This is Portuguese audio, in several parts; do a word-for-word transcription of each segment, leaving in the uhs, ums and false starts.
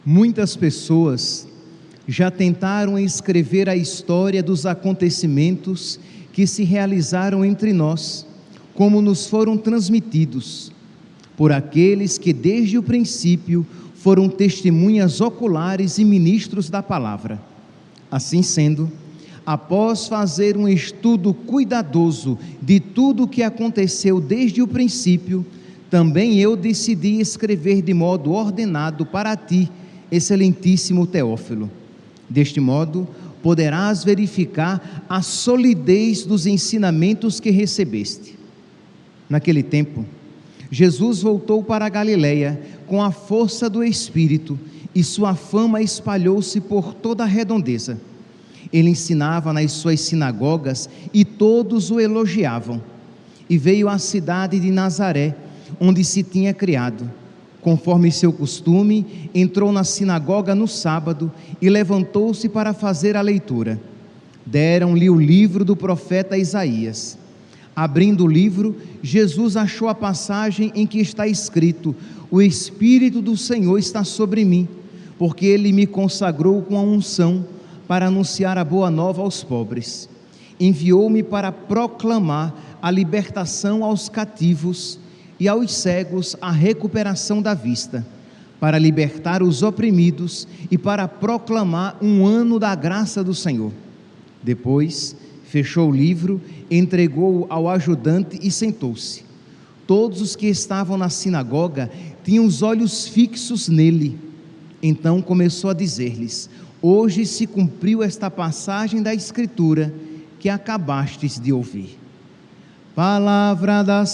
Muitas pessoas já tentaram escrever a história dos acontecimentos que se realizaram entre nós, como nos foram transmitidos por aqueles que desde o princípio foram testemunhas oculares e ministros da palavra. Assim sendo, após fazer um estudo cuidadoso de tudo o que aconteceu desde o princípio, também eu decidi escrever de modo ordenado para ti, excelentíssimo Teófilo. Deste modo, poderás verificar a solidez dos ensinamentos que recebeste. Naquele tempo, Jesus voltou para a Galileia com a força do Espírito, e sua fama espalhou-se por toda a redondeza. Ele ensinava nas suas sinagogas e todos o elogiavam. E veio à cidade de Nazaré, onde se tinha criado. Conforme seu costume, entrou na sinagoga no sábado e levantou-se para fazer a leitura. Deram-lhe o livro do profeta Isaías. Abrindo o livro, Jesus achou a passagem em que está escrito: o Espírito do Senhor está sobre mim, porque Ele me consagrou com a unção para anunciar a boa nova aos pobres. Enviou-me para proclamar a libertação aos cativos e aos cegos a recuperação da vista, para libertar os oprimidos e para proclamar um ano da graça do Senhor. Depois, fechou o livro, entregou-o ao ajudante e sentou-se. Todos os que estavam na sinagoga tinham os olhos fixos nele. Então começou a dizer-lhes: hoje se cumpriu esta passagem da Escritura que acabastes de ouvir. Palavra da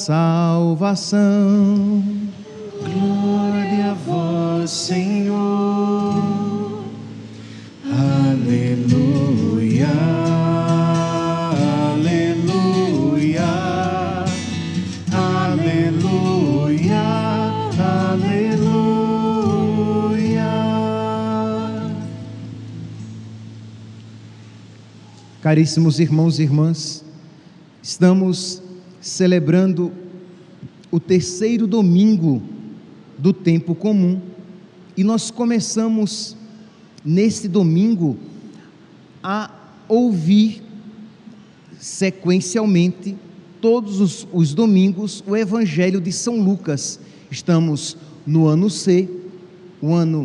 salvação. Glória a vós, Senhor. Aleluia, aleluia, aleluia, aleluia. Caríssimos irmãos e irmãs, estamos celebrando o terceiro domingo do tempo comum, e nós começamos neste domingo a ouvir sequencialmente todos os, os domingos o Evangelho de São Lucas. Estamos no ano C, o ano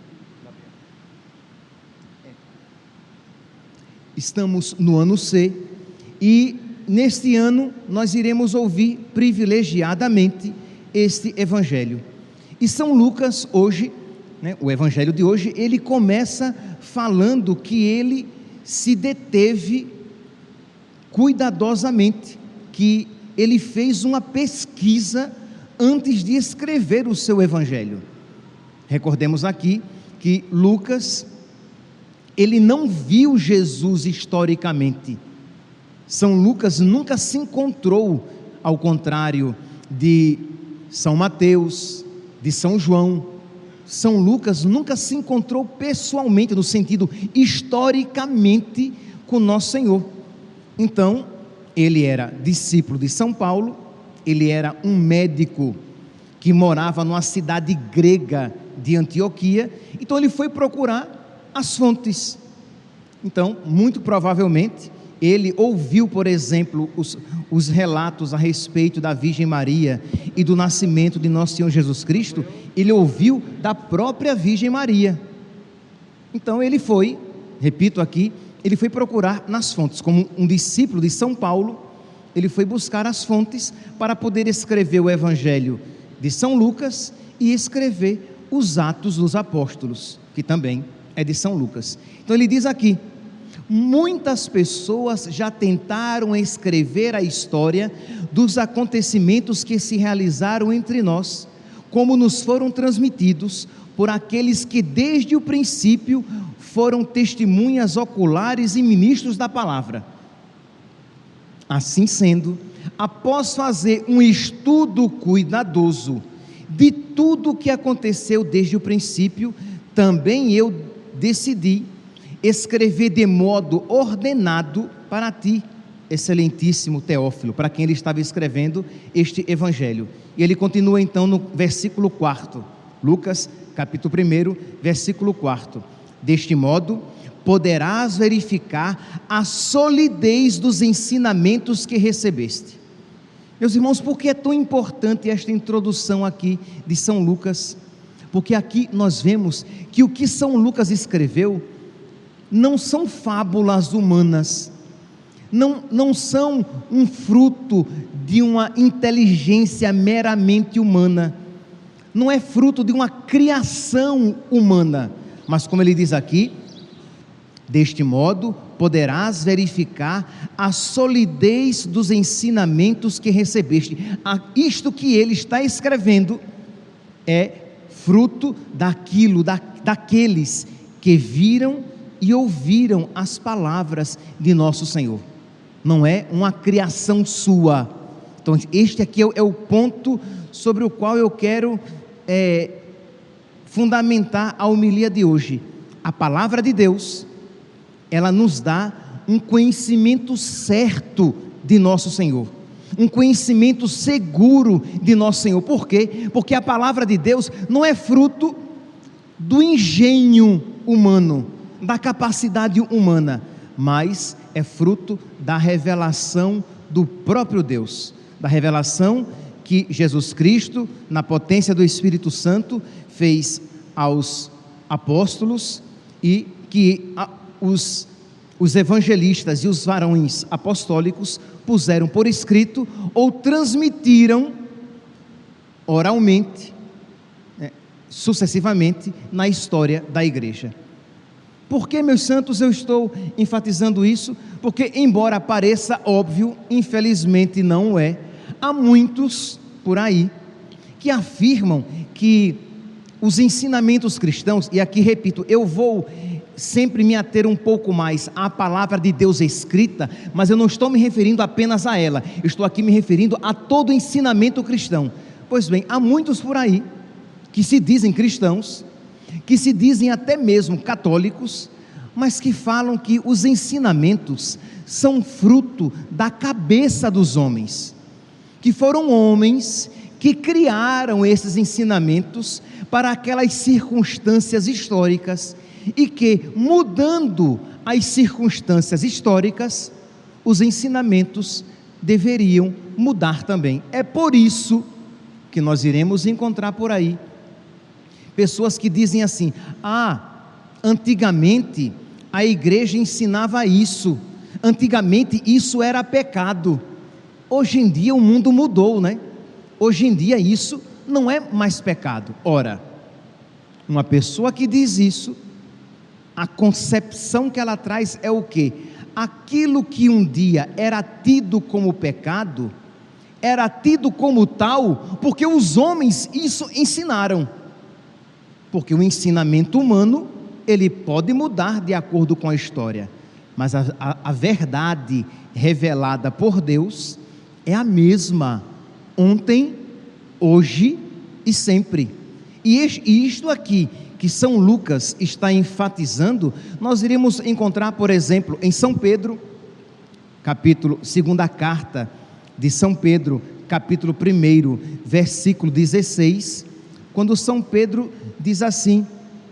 estamos no ano C, e neste ano nós iremos ouvir privilegiadamente este Evangelho. E São Lucas hoje, né, o Evangelho de hoje, ele começa falando que ele se deteve cuidadosamente, que ele fez uma pesquisa antes de escrever o seu Evangelho. Recordemos aqui que Lucas, ele não viu Jesus historicamente. São Lucas nunca se encontrou, ao contrário de São Mateus, de São João. São Lucas nunca se encontrou pessoalmente, no sentido historicamente, com Nosso Senhor. Então, ele era discípulo de São Paulo, ele era um médico que morava numa cidade grega de Antioquia, então ele foi procurar as fontes. Então, muito provavelmente, ele ouviu, por exemplo, os, os relatos a respeito da Virgem Maria e do nascimento de Nosso Senhor Jesus Cristo, ele ouviu da própria Virgem Maria. Então ele foi, repito aqui, ele foi procurar nas fontes, como um discípulo de São Paulo, ele foi buscar as fontes para poder escrever o Evangelho de São Lucas e escrever os Atos dos Apóstolos, que também é de São Lucas. Então ele diz aqui: muitas pessoas já tentaram escrever a história dos acontecimentos que se realizaram entre nós, como nos foram transmitidos por aqueles que desde o princípio foram testemunhas oculares e ministros da palavra. Assim sendo, após fazer um estudo cuidadoso de tudo o que aconteceu desde o princípio, também eu decidi escrever de modo ordenado para ti, excelentíssimo Teófilo, para quem ele estava escrevendo este Evangelho. E ele continua então no versículo quarto, Lucas capítulo um, versículo quatro. Deste modo, poderás verificar a solidez dos ensinamentos que recebeste. Meus irmãos, por que é tão importante esta introdução aqui de São Lucas? Porque aqui nós vemos que o que São Lucas escreveu não são fábulas humanas, não, não são um fruto de uma inteligência meramente humana, não é fruto de uma criação humana, mas como ele diz aqui, deste modo poderás verificar a solidez dos ensinamentos que recebeste. Isto que ele está escrevendo é fruto daquilo, da, daqueles que viram e ouviram as palavras de nosso Senhor, não é uma criação sua. Então este aqui é o, é o ponto sobre o qual eu quero é, fundamentar a homilia de hoje. A palavra de Deus, ela nos dá um conhecimento certo de nosso Senhor, um conhecimento seguro de nosso Senhor. Por quê? Porque a palavra de Deus não é fruto do engenho humano, da capacidade humana, mas é fruto da revelação do próprio Deus, da revelação que Jesus Cristo, na potência do Espírito Santo, fez aos apóstolos e que a, os, os evangelistas e os varões apostólicos puseram por escrito ou transmitiram oralmente, né, sucessivamente na história da igreja. Por que, meus santos, eu estou enfatizando isso? Porque, embora pareça óbvio, infelizmente não é. Há muitos por aí que afirmam que os ensinamentos cristãos, e aqui repito, eu vou sempre me ater um pouco mais à palavra de Deus escrita, mas eu não estou me referindo apenas a ela, eu estou aqui me referindo a todo o ensinamento cristão. Pois bem, há muitos por aí que se dizem cristãos, que se dizem até mesmo católicos, mas que falam que os ensinamentos são fruto da cabeça dos homens, que foram homens que criaram esses ensinamentos para aquelas circunstâncias históricas e que, mudando as circunstâncias históricas, os ensinamentos deveriam mudar também. É por isso que nós iremos encontrar por aí pessoas que dizem assim: ah, antigamente a igreja ensinava isso, antigamente isso era pecado, hoje em dia o mundo mudou, né? Hoje em dia isso não é mais pecado. Ora, uma pessoa que diz isso, a concepção que ela traz é o quê? Aquilo que um dia era tido como pecado, era tido como tal, porque os homens isso ensinaram. Porque o ensinamento humano, ele pode mudar de acordo com a história, mas a, a, a verdade revelada por Deus é a mesma, ontem, hoje e sempre. E, este, e isto aqui, que São Lucas está enfatizando, nós iremos encontrar, por exemplo, em São Pedro, capítulo, segunda carta de São Pedro, capítulo um, versículo dezesseis, quando São Pedro diz assim,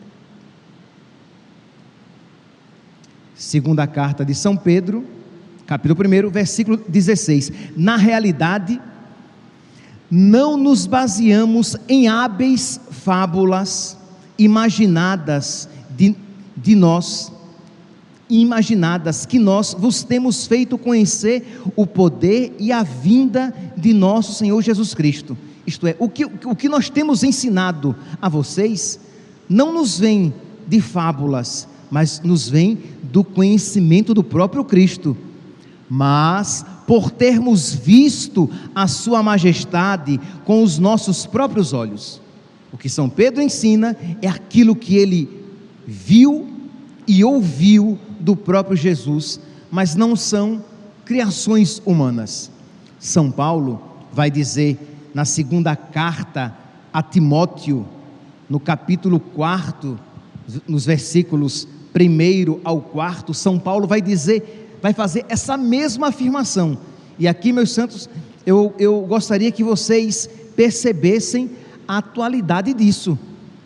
segunda carta de São Pedro, capítulo um, versículo dezesseis, na realidade, não nos baseamos em hábeis fábulas imaginadas de, de nós, imaginadas que nós vos temos feito conhecer o poder e a vinda de nosso Senhor Jesus Cristo. Isto é, o que, o que nós temos ensinado a vocês, não nos vem de fábulas, mas nos vem do conhecimento do próprio Cristo, mas por termos visto a sua majestade com os nossos próprios olhos. O que São Pedro ensina é aquilo que ele viu e ouviu do próprio Jesus, mas não são criações humanas. São Paulo vai dizer na segunda carta a Timóteo, no capítulo quatro, nos versículos primeiro ao quarto, São Paulo vai dizer, vai fazer essa mesma afirmação. E aqui, meus santos, eu, eu gostaria que vocês percebessem a atualidade disso.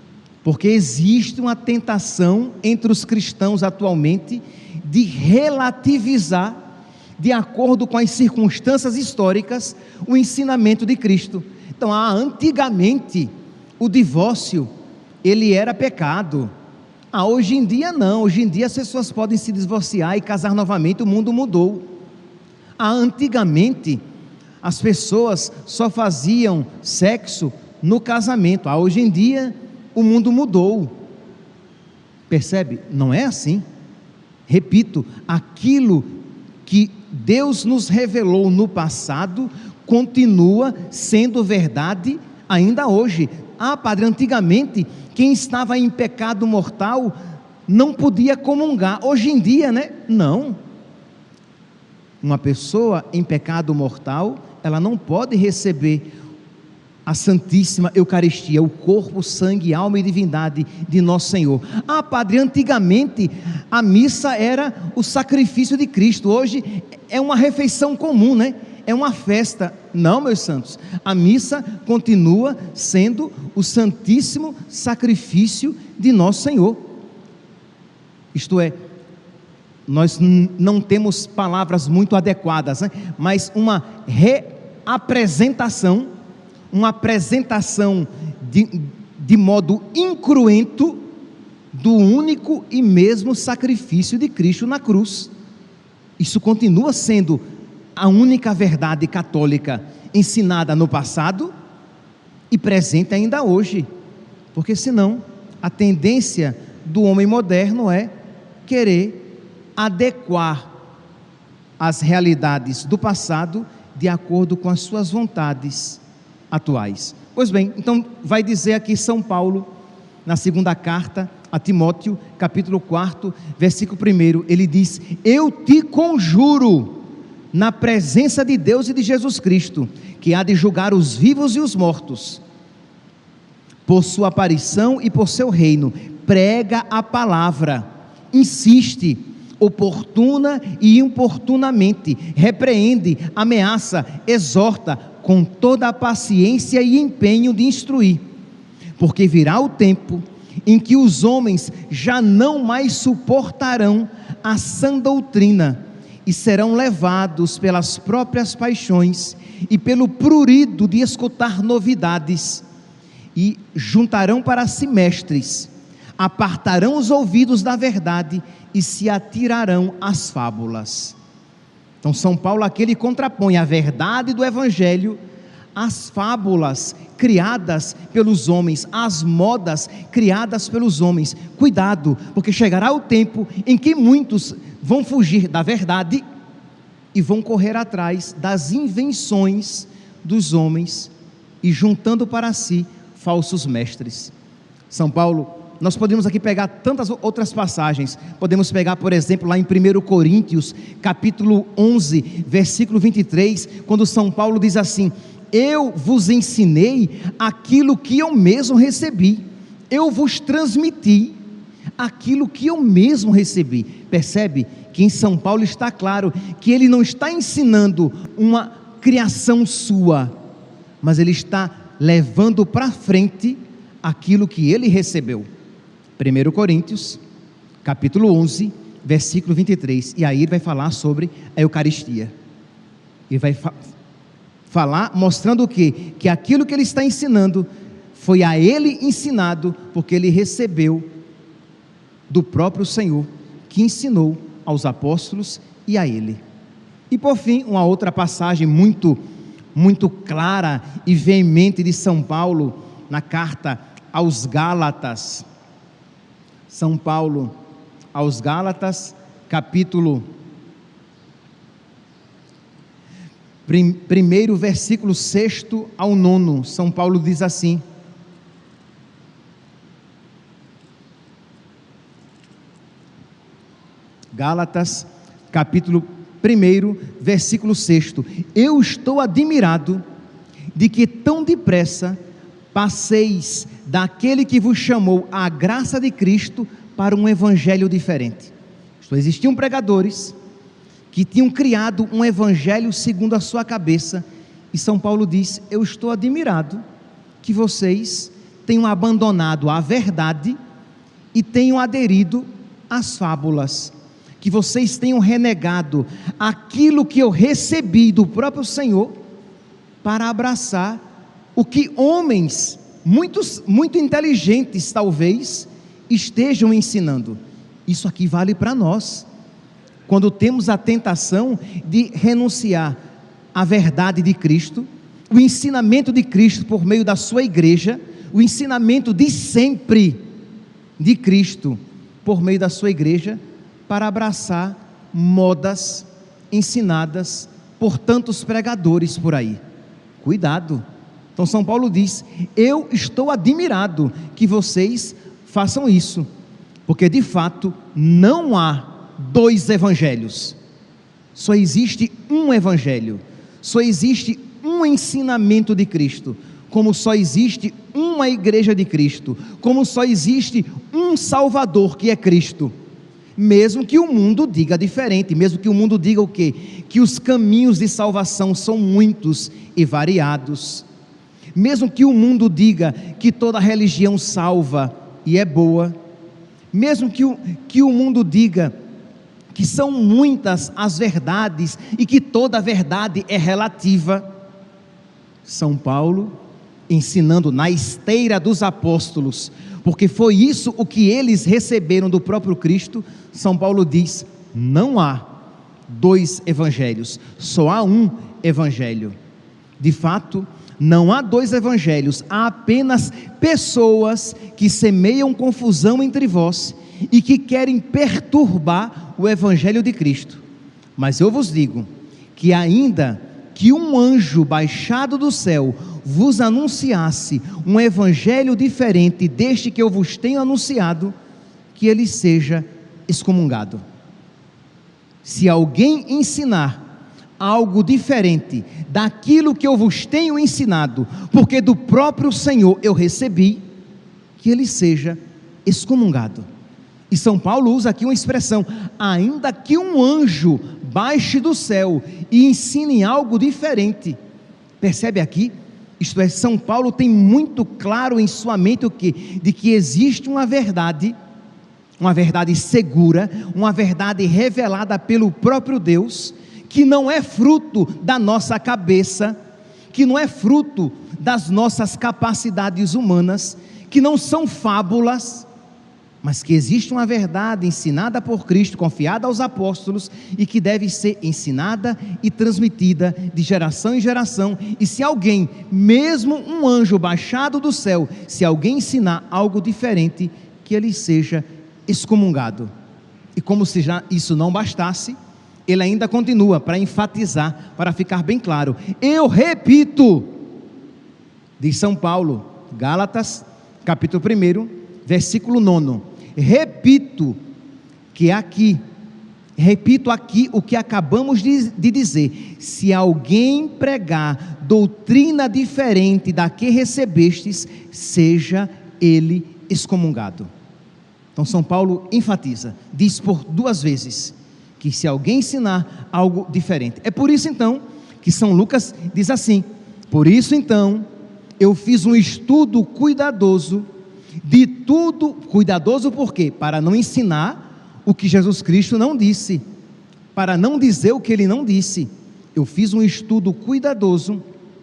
Porque existe uma tentação entre os cristãos atualmente de relativizar, de acordo com as circunstâncias históricas, o ensinamento de Cristo. Então, ah, antigamente, o divórcio, ele era pecado. Ah, hoje em dia não, hoje em dia as pessoas podem se divorciar e casar novamente, o mundo mudou. Ah, antigamente, as pessoas só faziam sexo no casamento. Ah, hoje em dia, o mundo mudou. Percebe? Não é assim. Repito, aquilo que Deus nos revelou no passado continua sendo verdade ainda hoje. Ah, padre, antigamente quem estava em pecado mortal não podia comungar. Hoje em dia, né? Não. Uma pessoa em pecado mortal, ela não pode receber a Santíssima Eucaristia, o corpo, sangue, alma e divindade de Nosso Senhor. Ah, padre, antigamente a missa era o sacrifício de Cristo, hoje é uma refeição comum, né? É uma festa. Não, meus santos, a missa continua sendo o santíssimo sacrifício de Nosso Senhor. Isto é, nós n- não temos palavras muito adequadas, né? Mas uma reapresentação, uma apresentação de, de modo incruento do único e mesmo sacrifício de Cristo na cruz. Isso continua sendo a única verdade católica ensinada no passado e presente ainda hoje, porque senão a tendência do homem moderno é querer adequar as realidades do passado de acordo com as suas vontades atuais. Pois bem, então vai dizer aqui São Paulo, na segunda carta a Timóteo, capítulo quatro, versículo primeiro, ele diz: eu te conjuro, na presença de Deus e de Jesus Cristo, que há de julgar os vivos e os mortos, por sua aparição e por seu reino, prega a palavra, insiste, oportuna e importunamente, repreende, ameaça, exorta, com toda a paciência e empenho de instruir, porque virá o tempo em que os homens já não mais suportarão a sã doutrina, e serão levados pelas próprias paixões e pelo prurido de escutar novidades, e juntarão para si mestres, apartarão os ouvidos da verdade e se atirarão às fábulas. Então São Paulo aqui ele contrapõe a verdade do Evangelho às fábulas criadas pelos homens, às modas criadas pelos homens. Cuidado, porque chegará o tempo em que muitos vão fugir da verdade e vão correr atrás das invenções dos homens e juntando para si falsos mestres. São Paulo, nós podemos aqui pegar tantas outras passagens, podemos pegar por exemplo lá em primeiro Coríntios, capítulo onze, versículo vinte e três, quando São Paulo diz assim: eu vos ensinei aquilo que eu mesmo recebi, eu vos transmiti aquilo que eu mesmo recebi. Percebe que em São Paulo está claro que ele não está ensinando uma criação sua, mas ele está levando para frente aquilo que ele recebeu. primeiro Coríntios, capítulo onze, versículo vinte e três, e aí ele vai falar sobre a Eucaristia, ele vai fa- falar, mostrando o quê? Que aquilo que ele está ensinando, foi a ele ensinado, porque ele recebeu do próprio Senhor, que ensinou aos apóstolos e a ele. E por fim, uma outra passagem muito, muito clara e veemente de São Paulo, na carta aos Gálatas, São Paulo aos Gálatas, capítulo prim, primeiro, versículo sexto ao nono, São Paulo diz assim: Gálatas, capítulo primeiro, versículo sexto, eu estou admirado de que tão depressa passeis daquele que vos chamou à graça de Cristo para um evangelho diferente. Então, existiam pregadores que tinham criado um evangelho segundo a sua cabeça, e São Paulo diz: eu estou admirado que vocês tenham abandonado a verdade e tenham aderido às fábulas, que vocês tenham renegado aquilo que eu recebi do próprio Senhor para abraçar o que homens, muitos, muito inteligentes talvez, estejam ensinando. Isso aqui vale para nós, quando temos a tentação de renunciar à verdade de Cristo, o ensinamento de Cristo por meio da sua igreja, o ensinamento de sempre de Cristo por meio da sua igreja, para abraçar modas ensinadas por tantos pregadores por aí. Cuidado. Então São Paulo diz: eu estou admirado que vocês façam isso, porque de fato não há dois evangelhos, só existe um evangelho, só existe um ensinamento de Cristo, como só existe uma igreja de Cristo, como só existe um Salvador, que é Cristo. Mesmo que o mundo diga diferente, mesmo que o mundo diga o quê? Que os caminhos de salvação são muitos e variados, mesmo que o mundo diga que toda religião salva e é boa, mesmo que o, que o mundo diga que são muitas as verdades e que toda verdade é relativa, São Paulo, ensinando na esteira dos apóstolos, porque foi isso o que eles receberam do próprio Cristo, São Paulo diz: não há dois evangelhos, só há um evangelho. De fato, não há dois evangelhos, há apenas pessoas que semeiam confusão entre vós e que querem perturbar o evangelho de Cristo. Mas eu vos digo que ainda que um anjo baixado do céu vos anunciasse um evangelho diferente deste que eu vos tenho anunciado, que ele seja excomungado. Se alguém ensinar algo diferente daquilo que eu vos tenho ensinado, porque do próprio Senhor eu recebi, que ele seja excomungado. E São Paulo usa aqui uma expressão: ainda que um anjo baixe do céu e ensine algo diferente. Percebe aqui? Isto é, São Paulo tem muito claro em sua mente o que? De que existe uma verdade, uma verdade segura, uma verdade revelada pelo próprio Deus, que não é fruto da nossa cabeça, que não é fruto das nossas capacidades humanas, que não são fábulas, mas que existe uma verdade ensinada por Cristo, confiada aos apóstolos, e que deve ser ensinada e transmitida de geração em geração. E se alguém, mesmo um anjo baixado do céu, se alguém ensinar algo diferente, que ele seja excomungado. E como se já isso não bastasse, ele ainda continua para enfatizar, para ficar bem claro: eu repito, diz São Paulo, Gálatas, capítulo um, versículo nove, repito que aqui, repito aqui o que acabamos de, de dizer: se alguém pregar doutrina diferente da que recebestes, seja ele excomungado. Então São Paulo enfatiza, diz por duas vezes, que se alguém ensinar algo diferente. É por isso então que São Lucas diz assim: por isso então eu fiz um estudo cuidadoso de tudo. Cuidadoso por quê? Para não ensinar o que Jesus Cristo não disse, para não dizer o que ele não disse. Eu fiz um estudo cuidadoso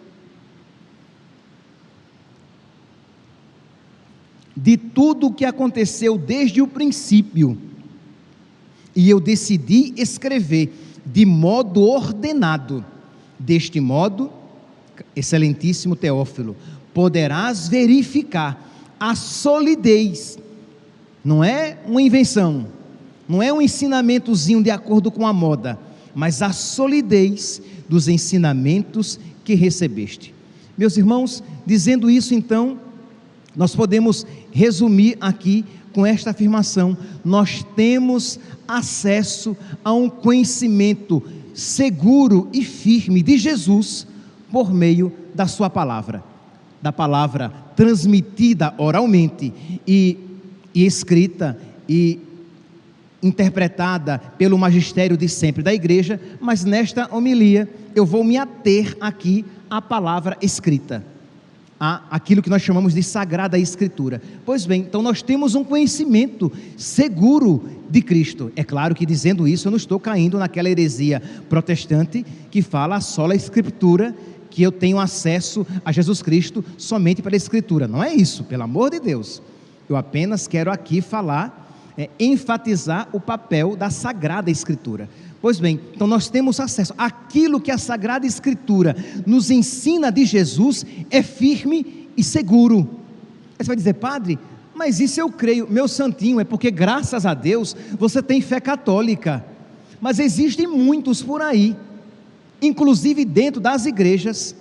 de tudo o que aconteceu desde o princípio, e eu decidi escrever de modo ordenado. Deste modo, excelentíssimo Teófilo, poderás verificar a solidez, não é uma invenção, não é um ensinamentozinho de acordo com a moda, mas a solidez dos ensinamentos que recebeste. Meus irmãos, dizendo isso então, nós podemos resumir aqui com esta afirmação: nós temos acesso a um conhecimento seguro e firme de Jesus por meio da sua palavra, da palavra transmitida oralmente e, e escrita e interpretada pelo magistério de sempre da igreja, mas nesta homilia eu vou me ater aqui à palavra escrita, a aquilo que nós chamamos de Sagrada Escritura. Pois bem, então nós temos um conhecimento seguro de Cristo. É claro que dizendo isso eu não estou caindo naquela heresia protestante que fala a sola Escritura, que eu tenho acesso a Jesus Cristo somente pela Escritura. Não é isso, pelo amor de Deus. Eu apenas quero aqui falar, é, enfatizar o papel da Sagrada Escritura. Pois bem, então nós temos acesso àquilo que a Sagrada Escritura nos ensina de Jesus, é firme e seguro. Aí você vai dizer, padre, mas isso eu creio, meu santinho, é porque graças a Deus você tem fé católica, mas existem muitos por aí, inclusive dentro das igrejas,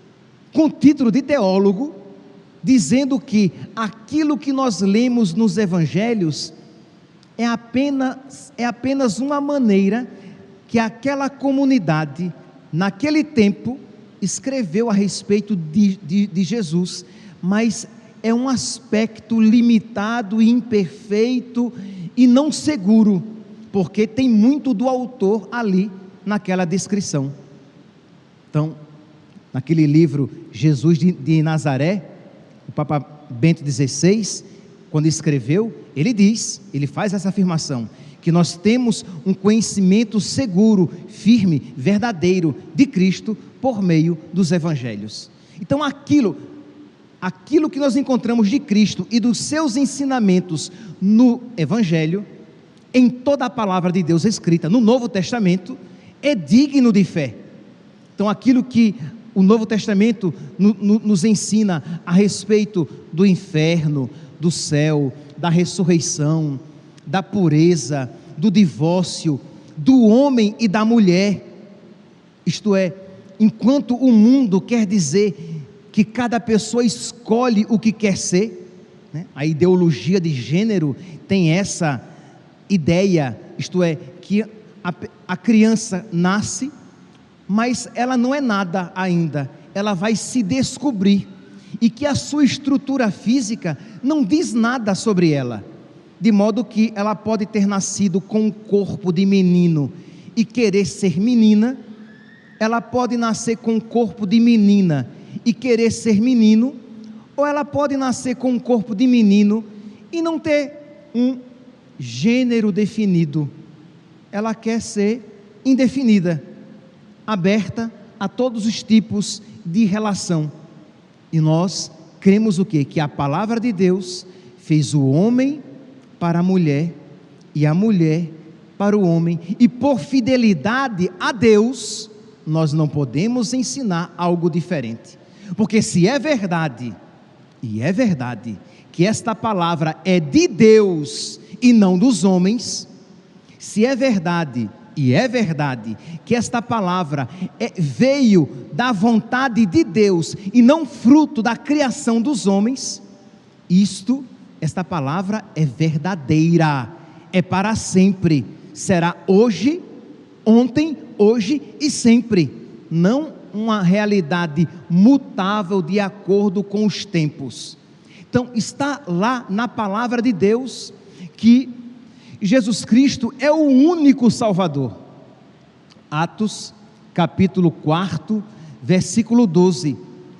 com título de teólogo, dizendo que aquilo que nós lemos nos evangelhos é apenas, é apenas uma maneira que aquela comunidade, naquele tempo, escreveu a respeito de, de, de Jesus, mas é um aspecto limitado, imperfeito e não seguro, porque tem muito do autor ali, naquela descrição. Então, naquele livro Jesus de, de Nazaré, o Papa Bento dezesseis, quando escreveu, ele diz, ele faz essa afirmação, que nós temos um conhecimento seguro, firme, verdadeiro de Cristo por meio dos evangelhos. Então aquilo, aquilo que nós encontramos de Cristo e dos seus ensinamentos no evangelho, em toda a palavra de Deus escrita no Novo Testamento, é digno de fé. Então aquilo que o Novo Testamento no, no, nos ensina a respeito do inferno, do céu, da ressurreição, da pureza, do divórcio, do homem e da mulher, isto é, enquanto o mundo quer dizer que cada pessoa escolhe o que quer ser, né? A ideologia de gênero tem essa ideia, isto é, que a, a criança nasce, mas ela não é nada ainda, ela vai se descobrir, e que a sua estrutura física não diz nada sobre ela, de modo que ela pode ter nascido com um corpo de menino e querer ser menina, ela pode nascer com um corpo de menina e querer ser menino, ou ela pode nascer com um corpo de menino e não ter um gênero definido, ela quer ser indefinida, aberta a todos os tipos de relação. E nós cremos o quê? Que a palavra de Deus fez o homem para a mulher e a mulher para o homem, e por fidelidade a Deus nós não podemos ensinar algo diferente, porque se é verdade, e é verdade, que esta palavra é de Deus e não dos homens, se é verdade, e é verdade, que esta palavra é, veio da vontade de Deus e não fruto da criação dos homens, isto, esta palavra é verdadeira, é para sempre, será hoje, ontem, hoje e sempre, não uma realidade mutável de acordo com os tempos. Então está lá na palavra de Deus que Jesus Cristo é o único Salvador. Atos capítulo quatro, versículo doze,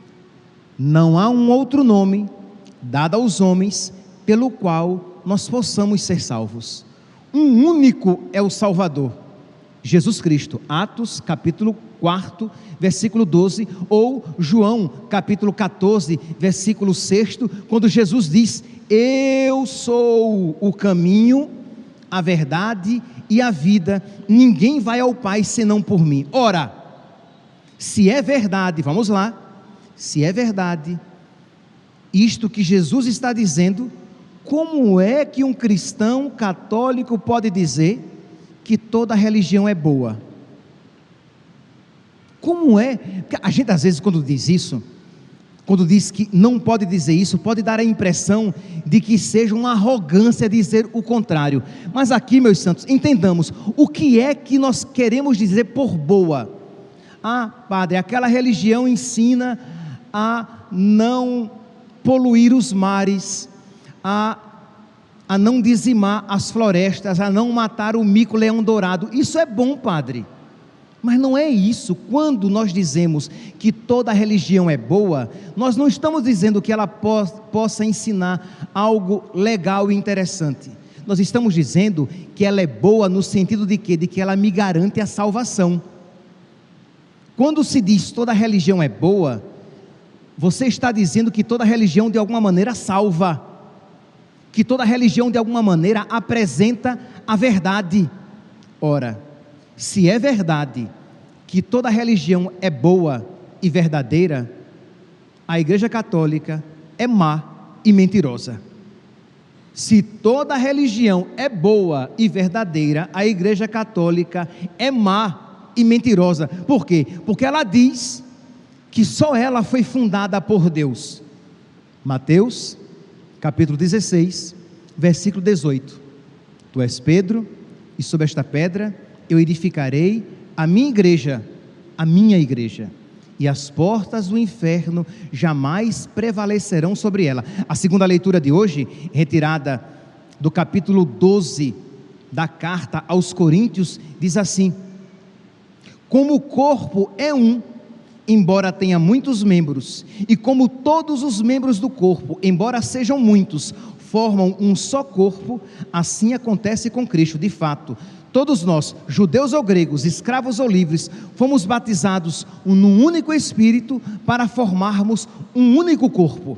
não há um outro nome dado aos homens pelo qual nós possamos ser salvos. Um único é o Salvador, Jesus Cristo. Atos capítulo quatro, versículo doze, ou João capítulo quatorze, versículo seis, quando Jesus diz: eu sou o caminho, a verdade e a vida, ninguém vai ao Pai senão por mim. Ora, se é verdade, vamos lá, se é verdade isto que Jesus está dizendo, como é que um cristão católico pode dizer que toda religião é boa? Como é? Porque a gente às vezes quando diz isso, quando diz que não pode dizer isso, pode dar a impressão de que seja uma arrogância dizer o contrário. Mas aqui, meus santos, entendamos, o que é que nós queremos dizer por boa? Ah, padre, aquela religião ensina a não poluir os mares, a, a não dizimar as florestas, a não matar o mico-leão dourado. Isso é bom, padre. Mas não é isso. Quando nós dizemos que toda religião é boa, nós não estamos dizendo que ela po- possa ensinar algo legal e interessante. Nós estamos dizendo que ela é boa no sentido de quê? De que ela me garante a salvação. Quando se diz toda religião é boa, você está dizendo que toda religião de alguma maneira salva, que toda religião de alguma maneira apresenta a verdade. Ora, se é verdade que toda religião é boa e verdadeira, a Igreja Católica é má e mentirosa. Se toda religião é boa e verdadeira, a Igreja Católica é má e mentirosa. Por quê? Porque ela diz que só ela foi fundada por Deus. Mateus, capítulo dezesseis, versículo dezoito. Tu és Pedro, e sobre esta pedra eu edificarei a minha igreja, a minha igreja, e as portas do inferno jamais prevalecerão sobre ela. A segunda leitura de hoje, retirada do capítulo doze da carta aos Coríntios, diz assim: como o corpo é um, embora tenha muitos membros, e como todos os membros do corpo, embora sejam muitos, formam um só corpo, assim acontece com Cristo. De fato, todos nós, judeus ou gregos, escravos ou livres, fomos batizados num único Espírito para formarmos um único corpo.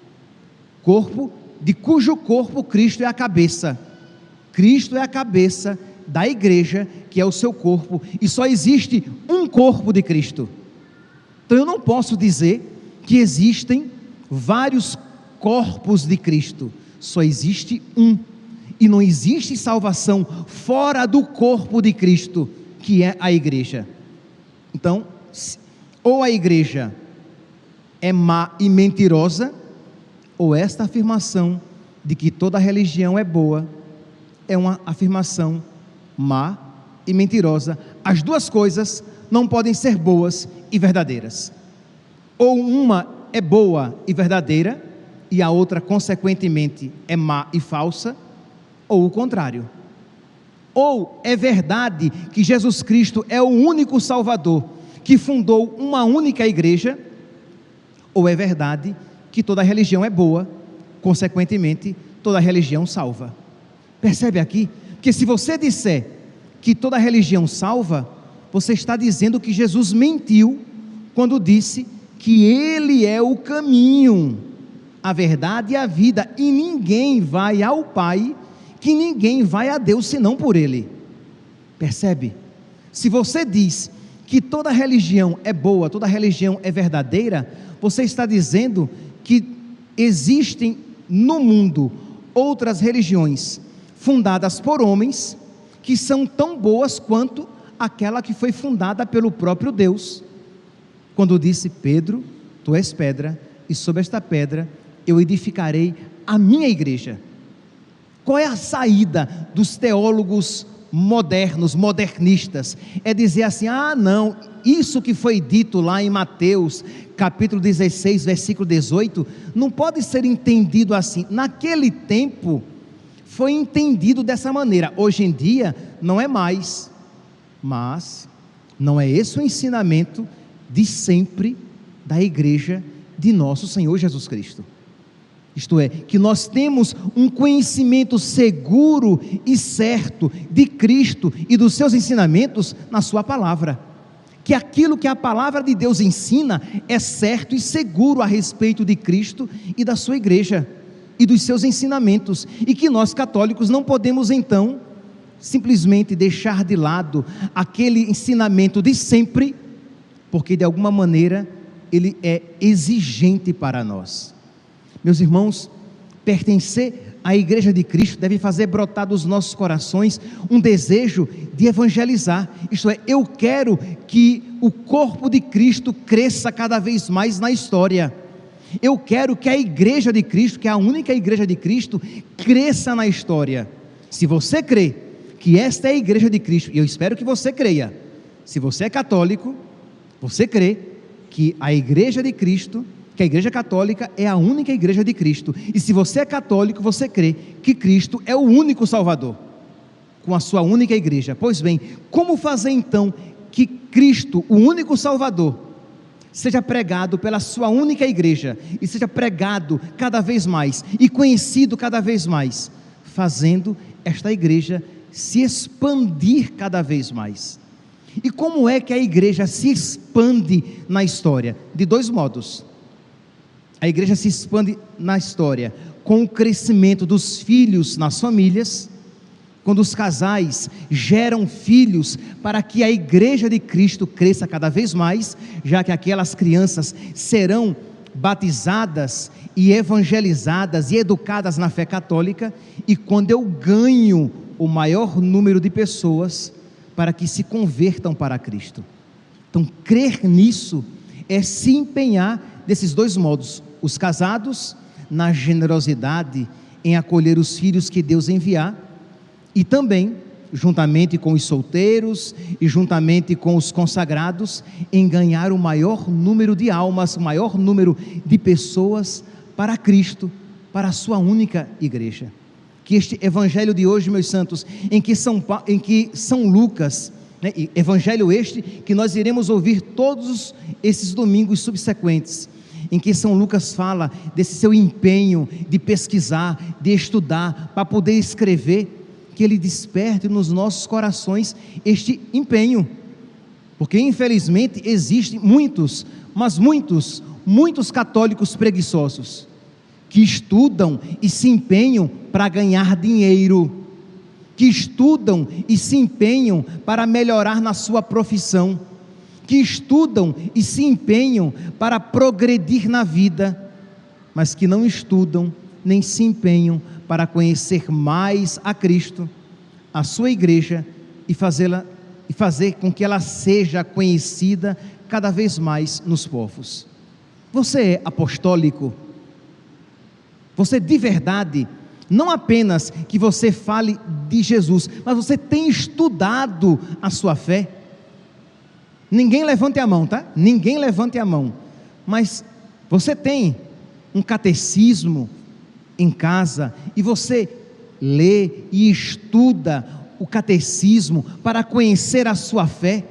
Corpo de cujo corpo Cristo é a cabeça. Cristo é a cabeça da igreja, que é o seu corpo, e só existe um corpo de Cristo. Então eu não posso dizer que existem vários corpos de Cristo, só existe um. E não existe salvação fora do corpo de Cristo, que é a igreja. Então, ou a igreja é má e mentirosa, ou esta afirmação de que toda religião é boa, é uma afirmação má e mentirosa. As duas coisas não podem ser boas e verdadeiras. Ou uma é boa e verdadeira, e a outra, consequentemente, é má e falsa, ou o contrário. Ou é verdade que Jesus Cristo é o único Salvador, que fundou uma única igreja, ou é verdade que toda religião é boa, consequentemente, toda religião salva. Percebe aqui? Porque se você disser que toda religião salva, você está dizendo que Jesus mentiu quando disse que Ele é o caminho, a verdade e a vida, e ninguém vai ao Pai, que ninguém vai a Deus senão por Ele. Percebe? Se você diz que toda religião é boa, toda religião é verdadeira, você está dizendo que existem no mundo outras religiões fundadas por homens que são tão boas quanto aquela que foi fundada pelo próprio Deus, quando disse: Pedro, tu és pedra, e sobre esta pedra eu edificarei a minha igreja. Qual é a saída dos teólogos modernos, modernistas? É dizer assim: ah não, isso que foi dito lá em Mateus capítulo dezesseis, versículo dezoito, não pode ser entendido assim. Naquele tempo foi entendido dessa maneira, hoje em dia não é mais. Mas não é esse o ensinamento de sempre da igreja de nosso Senhor Jesus Cristo. Isto é, que nós temos um conhecimento seguro e certo de Cristo e dos seus ensinamentos na sua palavra, que aquilo que a palavra de Deus ensina é certo e seguro a respeito de Cristo e da sua igreja e dos seus ensinamentos, e que nós católicos não podemos então simplesmente deixar de lado aquele ensinamento de sempre, porque de alguma maneira ele é exigente para nós. Meus irmãos, pertencer à igreja de Cristo deve fazer brotar dos nossos corações um desejo de evangelizar. Isto é, eu quero que o corpo de Cristo cresça cada vez mais na história. Eu quero que a igreja de Cristo, que é a única igreja de Cristo, cresça na história. Se você crê que esta é a igreja de Cristo, e eu espero que você creia, se você é católico, você crê que a igreja de Cristo, que a igreja católica é a única igreja de Cristo, e se você é católico, você crê que Cristo é o único Salvador, com a sua única igreja. Pois bem, como fazer então que Cristo, o único Salvador, seja pregado pela sua única igreja, e seja pregado cada vez mais, e conhecido cada vez mais, fazendo esta igreja se expandir cada vez mais. E como é que a igreja se expande na história? De dois modos. A igreja se expande na história com o crescimento dos filhos nas famílias, quando os casais geram filhos para que a igreja de Cristo cresça cada vez mais, já que aquelas crianças serão batizadas e evangelizadas e educadas na fé católica, e quando eu ganho o maior número de pessoas para que se convertam para Cristo. Então, crer nisso é se empenhar desses dois modos: os casados na generosidade em acolher os filhos que Deus enviar, e também, juntamente com os solteiros e juntamente com os consagrados, em ganhar o maior número de almas, o maior número de pessoas para Cristo, para a sua única igreja. Que este evangelho de hoje, meus santos, em que São, pa... em que São Lucas, né, evangelho este que nós iremos ouvir todos esses domingos subsequentes, em que São Lucas fala desse seu empenho de pesquisar, de estudar, para poder escrever, que ele desperte nos nossos corações este empenho, porque infelizmente existem muitos, mas muitos, muitos católicos preguiçosos, que estudam e se empenham para ganhar dinheiro, que estudam e se empenham para melhorar na sua profissão, que estudam e se empenham para progredir na vida, mas que não estudam nem se empenham para conhecer mais a Cristo, a sua igreja, e fazê-la, e fazer com que ela seja conhecida cada vez mais nos povos. Você é apostólico? Você de verdade, não apenas que você fale de Jesus, mas você tem estudado a sua fé? Ninguém levante a mão, tá? Ninguém levante a mão, mas você tem um catecismo em casa, e você lê e estuda o catecismo para conhecer a sua fé?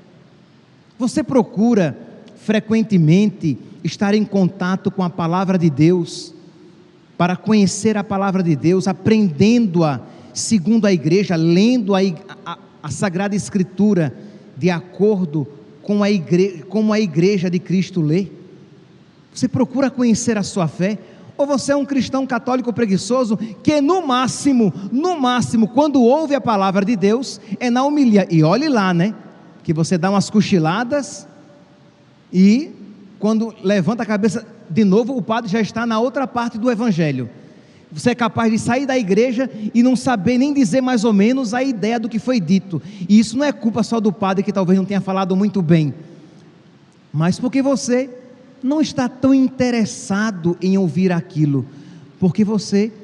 Você procura frequentemente estar em contato com a palavra de Deus, para conhecer a palavra de Deus, aprendendo-a segundo a igreja, lendo a, a, a Sagrada Escritura de acordo com a igreja, como a igreja de Cristo lê? Você procura conhecer a sua fé? Ou você é um cristão católico preguiçoso, que no máximo, no máximo, quando ouve a palavra de Deus, é na homilia, e olhe lá, né, que você dá umas cochiladas, e quando levanta a cabeça de novo, o padre já está na outra parte do evangelho. Você é capaz de sair da igreja e não saber nem dizer mais ou menos a ideia do que foi dito, e isso não é culpa só do padre, que talvez não tenha falado muito bem, mas porque você não está tão interessado em ouvir aquilo, porque você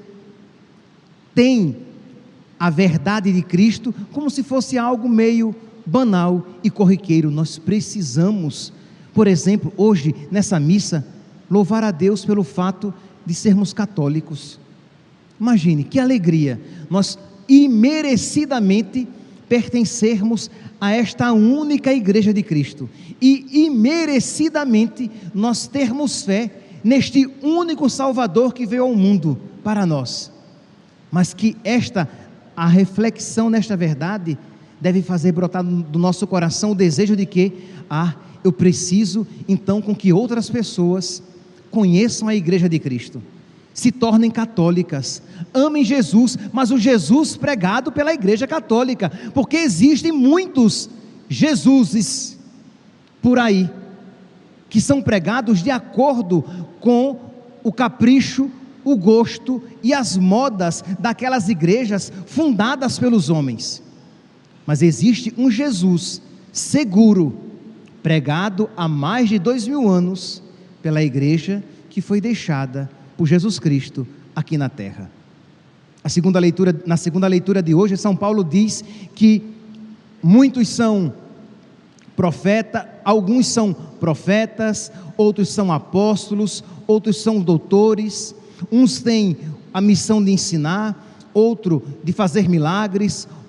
tem a verdade de Cristo como se fosse algo meio banal e corriqueiro. Nós precisamos, por exemplo, hoje nessa missa, louvar a Deus pelo fato de sermos católicos. Imagine que alegria nós imerecidamente pertencermos a esta única igreja de Cristo, e imerecidamente nós termos fé neste único Salvador que veio ao mundo para nós, mas que esta, a reflexão nesta verdade, deve fazer brotar do nosso coração o desejo de que, ah, eu preciso então com que outras pessoas conheçam a igreja de Cristo, se tornem católicas, amem Jesus, mas o Jesus pregado pela igreja católica, porque existem muitos Jesuses por aí, que são pregados de acordo com o capricho, o gosto e as modas daquelas igrejas fundadas pelos homens, mas existe um Jesus seguro, pregado há mais de dois mil anos, pela igreja que foi deixada por Jesus Cristo aqui na terra. A segunda leitura, na segunda leitura de hoje, São Paulo diz que muitos são profetas, alguns são profetas, outros são apóstolos, outros são doutores, uns têm a missão de ensinar, outro de fazer milagres,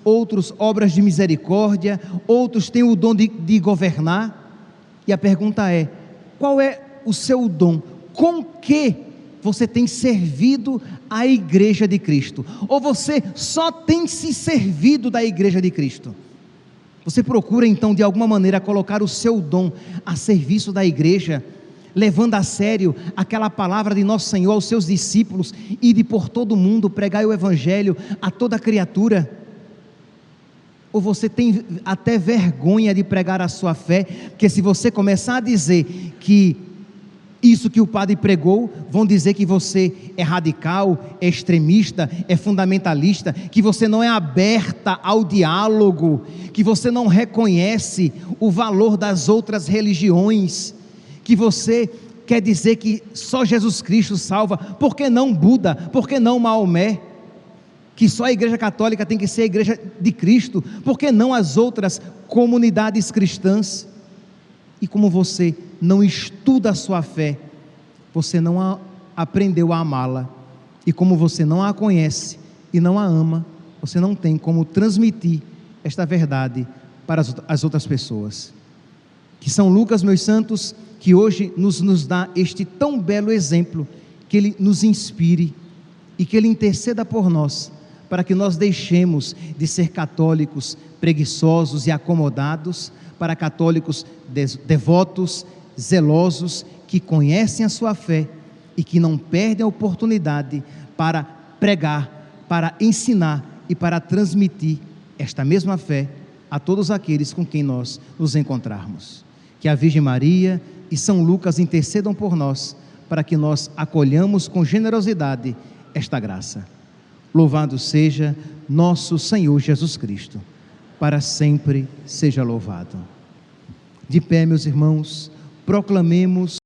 outros obras de misericórdia, outros têm o dom de, de governar. E a pergunta é: qual é o seu dom? Com que você tem servido a igreja de Cristo? Ou você só tem se servido da igreja de Cristo? Você procura então de alguma maneira colocar o seu dom a serviço da igreja, levando a sério aquela palavra de nosso Senhor aos seus discípulos, e de por todo mundo pregar o evangelho a toda criatura? Ou você tem até vergonha de pregar a sua fé, porque se você começar a dizer que isso que o padre pregou, vão dizer que você é radical, é extremista, é fundamentalista, que você não é aberta ao diálogo, que você não reconhece o valor das outras religiões, que você quer dizer que só Jesus Cristo salva. Por que não Buda? Por que não Maomé? Que só a igreja católica tem que ser a igreja de Cristo? Por que não as outras comunidades cristãs? E como você não estuda a sua fé, você não a, aprendeu a amá-la, e como você não a conhece e não a ama, você não tem como transmitir esta verdade para as, as outras pessoas. Que São Lucas, meus santos, que hoje nos, nos dá este tão belo exemplo, que ele nos inspire e que ele interceda por nós, para que nós deixemos de ser católicos preguiçosos e acomodados, para católicos devotos, zelosos, que conhecem a sua fé e que não perdem a oportunidade para pregar, para ensinar e para transmitir esta mesma fé a todos aqueles com quem nós nos encontrarmos. Que a Virgem Maria e São Lucas intercedam por nós, para que nós acolhamos com generosidade esta graça. Louvado seja nosso Senhor Jesus Cristo, para sempre seja louvado. De pé, meus irmãos, proclamemos